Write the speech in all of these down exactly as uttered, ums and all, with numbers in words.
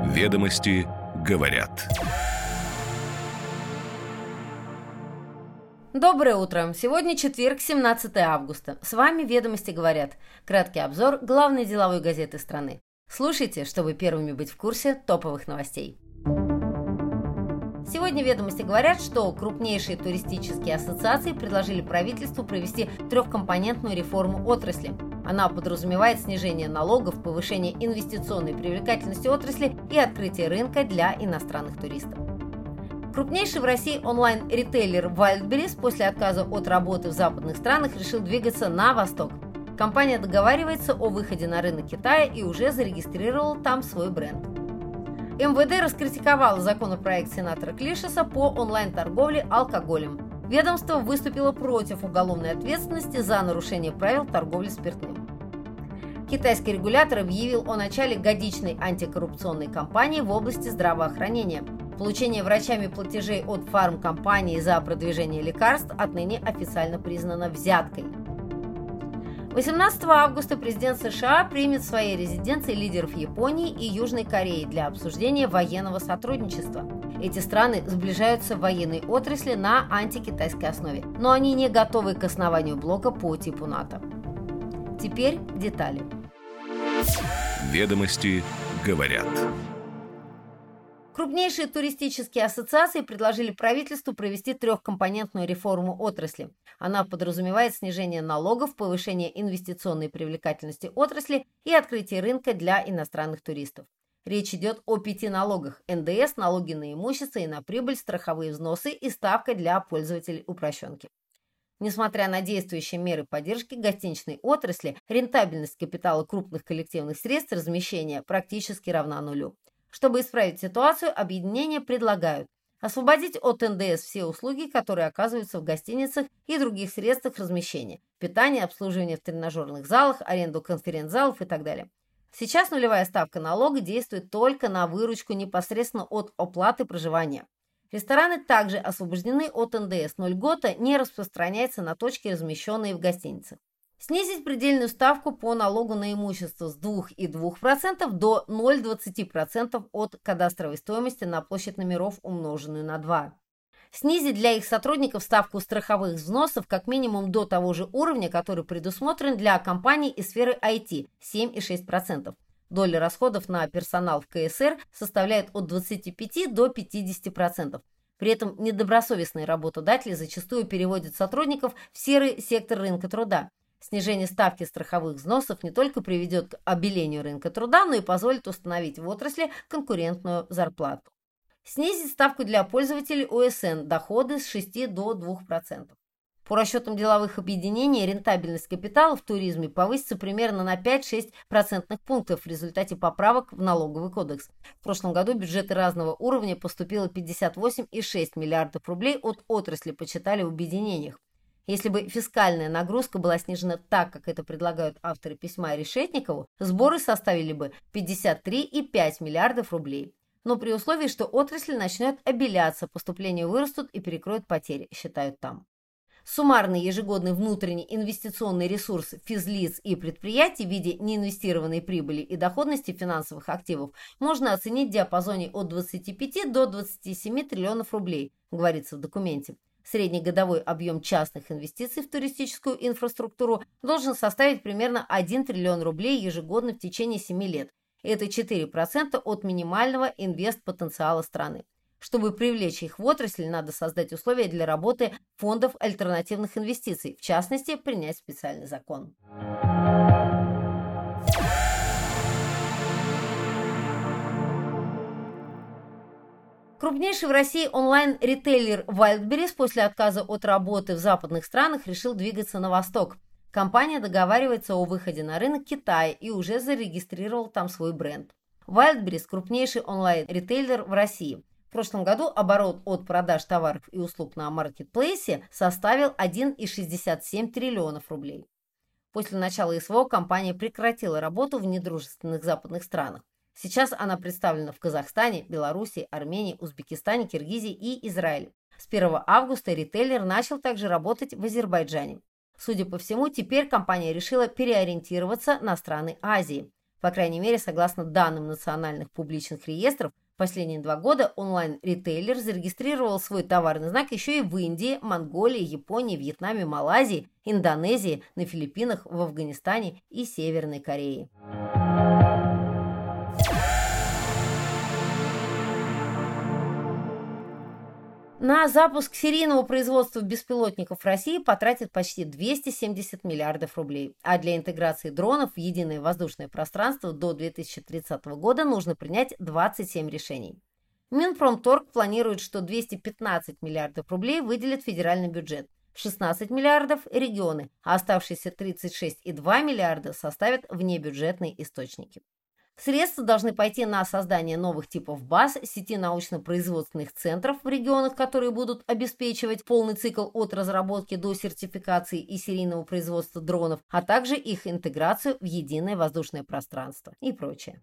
Ведомости говорят. Доброе утро! Сегодня четверг, семнадцатое августа. С вами «Ведомости говорят». Краткий обзор главной деловой газеты страны. Слушайте, чтобы первыми быть в курсе топовых новостей. Сегодня «Ведомости говорят», что крупнейшие туристические ассоциации предложили правительству провести трехкомпонентную реформу отрасли. Она подразумевает снижение налогов, повышение инвестиционной привлекательности отрасли и открытие рынка для иностранных туристов. Крупнейший в России онлайн-ритейлер Wildberries после отказа от работы в западных странах решил двигаться на восток. Компания договаривается о выходе на рынок Китая и уже зарегистрировала там свой бренд. эм вэ дэ раскритиковало законопроект сенатора Клишеса по онлайн-торговле алкоголем. Ведомство выступило против уголовной ответственности за нарушение правил торговли спиртным. Китайский регулятор объявил о начале годичной антикоррупционной кампании в области здравоохранения. Получение врачами платежей от фармкомпаний за продвижение лекарств отныне официально признано взяткой. восемнадцатого августа президент США примет в своей резиденции лидеров Японии и Южной Кореи для обсуждения военного сотрудничества. Эти страны сближаются в военной отрасли на антикитайской основе, но они не готовы к основанию блока по типу НАТО. Теперь детали. Ведомости говорят. Крупнейшие туристические ассоциации предложили правительству провести трехкомпонентную реформу отрасли. Она подразумевает снижение налогов, повышение инвестиционной привлекательности отрасли и открытие рынка для иностранных туристов. Речь идет о пяти налогах: эн дэ эс, налоги на имущество и на прибыль, страховые взносы и ставка для пользователей упрощенки. Несмотря на действующие меры поддержки гостиничной отрасли, рентабельность капитала крупных коллективных средств размещения практически равна нулю. Чтобы исправить ситуацию, объединения предлагают освободить от эн дэ эс все услуги, которые оказываются в гостиницах и других средствах размещения: питание, обслуживание в тренажерных залах, аренду конференц-залов и так далее. Сейчас нулевая ставка налога действует только на выручку непосредственно от оплаты проживания. Рестораны также освобождены от эн дэ эс, но льгота не распространяется на точки, размещенные в гостиницах. Снизить предельную ставку по налогу на имущество с двух и двух десятых процента до ноль целых двадцать пять сотых процента от кадастровой стоимости на площадь номеров, умноженную на два. Снизить для их сотрудников ставку страховых взносов как минимум до того же уровня, который предусмотрен для компаний из сферы ай ти – семь целых шесть десятых процента. Доля расходов на персонал в ка эс эр составляет от двадцати пяти до пятидесяти процентов. При этом недобросовестные работодатели зачастую переводят сотрудников в серый сектор рынка труда. Снижение ставки страховых взносов не только приведет к обелению рынка труда, но и позволит установить в отрасли конкурентную зарплату. Снизить ставку для пользователей о эс эн доходы с шести до двух процентов. По расчетам деловых объединений, рентабельность капитала в туризме повысится примерно на пять-шесть процентных пунктов в результате поправок в налоговый кодекс. В прошлом году бюджеты разного уровня поступило пятьдесят восемь целых шесть десятых миллиардов рублей от отрасли, подсчитали в объединениях. Если бы фискальная нагрузка была снижена так, как это предлагают авторы письма Решетникову, сборы составили бы пятьдесят три целых пять десятых миллиардов рублей. Но при условии, что отрасль начнет обеляться, поступления вырастут и перекроют потери, считают там. Суммарный ежегодный внутренний инвестиционный ресурс физлиц и предприятий в виде неинвестированной прибыли и доходности финансовых активов можно оценить в диапазоне от двадцати пяти до двадцати семи триллионов рублей, говорится в документе. Средний годовой объем частных инвестиций в туристическую инфраструктуру должен составить примерно один триллион рублей ежегодно в течение семи лет. Это четыре процента от минимального инвестпотенциала страны. Чтобы привлечь их в отрасль, надо создать условия для работы фондов альтернативных инвестиций, в частности, принять специальный закон. Крупнейший в России онлайн-ритейлер Wildberries после отказа от работы в западных странах решил двигаться на восток. Компания договаривается о выходе на рынок Китая и уже зарегистрировал там свой бренд. Wildberries – крупнейший онлайн-ритейлер в России. В прошлом году оборот от продаж товаров и услуг на маркетплейсе составил один целых шестьдесят семь триллионов рублей. После начала эс вэ о компания прекратила работу в недружественных западных странах. Сейчас она представлена в Казахстане, Беларуси, Армении, Узбекистане, Киргизии и Израиле. С первого августа ритейлер начал также работать в Азербайджане. Судя по всему, теперь компания решила переориентироваться на страны Азии. По крайней мере, согласно данным национальных публичных реестров, в последние два года онлайн-ритейлер зарегистрировал свой товарный знак еще и в Индии, Монголии, Японии, Вьетнаме, Малайзии, Индонезии, на Филиппинах, в Афганистане и Северной Корее. На запуск серийного производства беспилотников в России потратят почти двести семьдесят миллиардов рублей, а для интеграции дронов в единое воздушное пространство до две тысячи тридцатого года нужно принять двадцать семь решений. Минпромторг планирует, что двести пятнадцать миллиардов рублей выделит федеральный бюджет, шестнадцать миллиардов – регионы, а оставшиеся тридцать шесть и два миллиарда составят внебюджетные источники. Средства должны пойти на создание новых типов баз, сети научно-производственных центров в регионах, которые будут обеспечивать полный цикл от разработки до сертификации и серийного производства дронов, а также их интеграцию в единое воздушное пространство и прочее.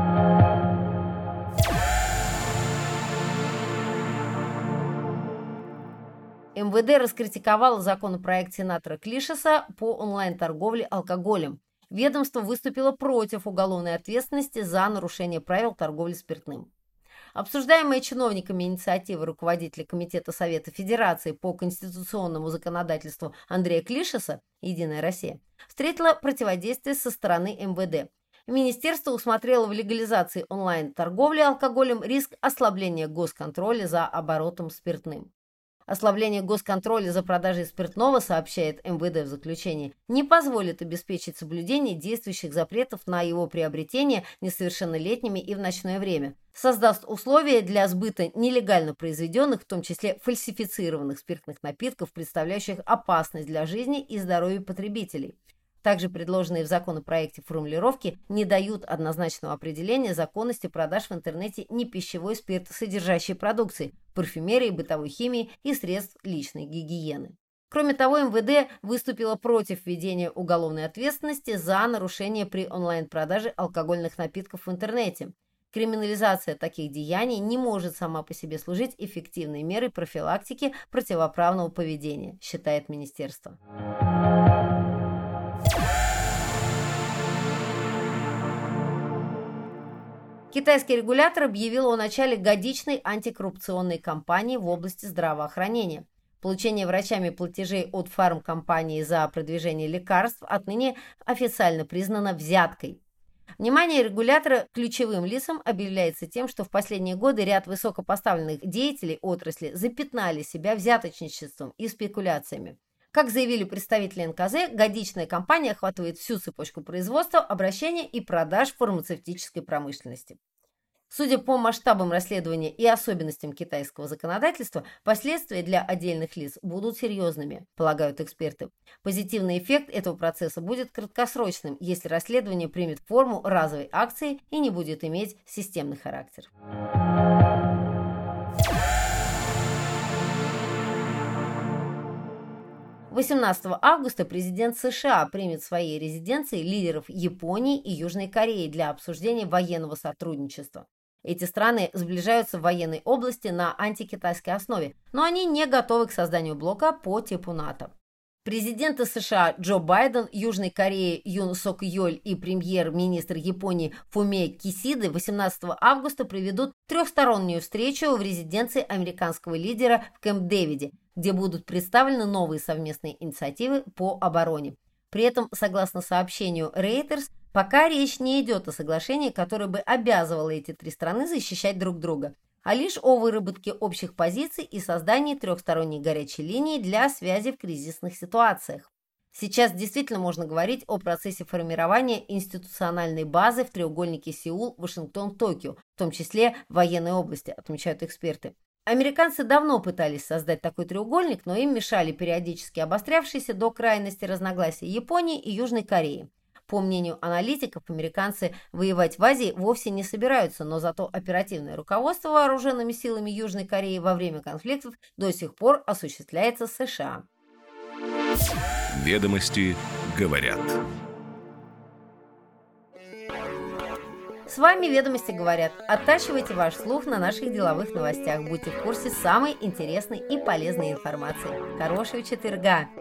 эм вэ дэ раскритиковало законопроект сенатора Клишеса по онлайн-торговле алкоголем. Ведомство выступило против уголовной ответственности за нарушение правил торговли спиртным. Обсуждаемая чиновниками инициатива руководителя Комитета Совета Федерации по конституционному законодательству Андрея Клишеса «Единая Россия» встретила противодействие со стороны эм вэ дэ. Министерство усмотрело в легализации онлайн-торговли алкоголем риск ослабления госконтроля за оборотом спиртным. Ослабление госконтроля за продажей спиртного, сообщает эм вэ дэ в заключении, не позволит обеспечить соблюдение действующих запретов на его приобретение несовершеннолетними и в ночное время, создаст условия для сбыта нелегально произведенных, в том числе фальсифицированных спиртных напитков, представляющих опасность для жизни и здоровья потребителей. Также предложенные в законопроекте формулировки не дают однозначного определения законности продаж в интернете непищевой спиртосодержащей продукции, парфюмерии, бытовой химии и средств личной гигиены. Кроме того, эм вэ дэ выступило против введения уголовной ответственности за нарушение при онлайн-продаже алкогольных напитков в интернете. Криминализация таких деяний не может сама по себе служить эффективной мерой профилактики противоправного поведения, считает министерство. Китайский регулятор объявил о начале годичной антикоррупционной кампании в области здравоохранения. Получение врачами платежей от фармкомпании за продвижение лекарств отныне официально признано взяткой. Внимание регулятора ключевым лицам объявляется тем, что в последние годы ряд высокопоставленных деятелей отрасли запятнали себя взяточничеством и спекуляциями. Как заявили представители эн ка зэ, годичная кампания охватывает всю цепочку производства, обращения и продаж фармацевтической промышленности. Судя по масштабам расследования и особенностям китайского законодательства, последствия для отдельных лиц будут серьезными, полагают эксперты. Позитивный эффект этого процесса будет краткосрочным, если расследование примет форму разовой акции и не будет иметь системный характер. восемнадцатого августа президент США примет в своей резиденции лидеров Японии и Южной Кореи для обсуждения военного сотрудничества. Эти страны сближаются в военной области на антикитайской основе, но они не готовы к созданию блока по типу НАТО. Президенты США Джо Байден, Южной Кореи Юн Сок Йоль и премьер-министр Японии Фумио Кисида восемнадцатого августа проведут трехстороннюю встречу в резиденции американского лидера в Кэмп-Дэвиде, где будут представлены новые совместные инициативы по обороне. При этом, согласно сообщению Reuters, пока речь не идет о соглашении, которое бы обязывало эти три страны защищать друг друга, а лишь о выработке общих позиций и создании трехсторонней горячей линии для связи в кризисных ситуациях. Сейчас действительно можно говорить о процессе формирования институциональной базы в треугольнике Сеул, Вашингтон, Токио, в том числе в военной области, отмечают эксперты. Американцы давно пытались создать такой треугольник, но им мешали периодически обострявшиеся до крайности разногласия Японии и Южной Кореи. По мнению аналитиков, американцы воевать в Азии вовсе не собираются, но зато оперативное руководство вооруженными силами Южной Кореи во время конфликтов до сих пор осуществляется США. Ведомости говорят. С вами «Ведомости говорят». Оттачивайте ваш слух на наших деловых новостях. Будьте в курсе самой интересной и полезной информации. Хорошего четверга!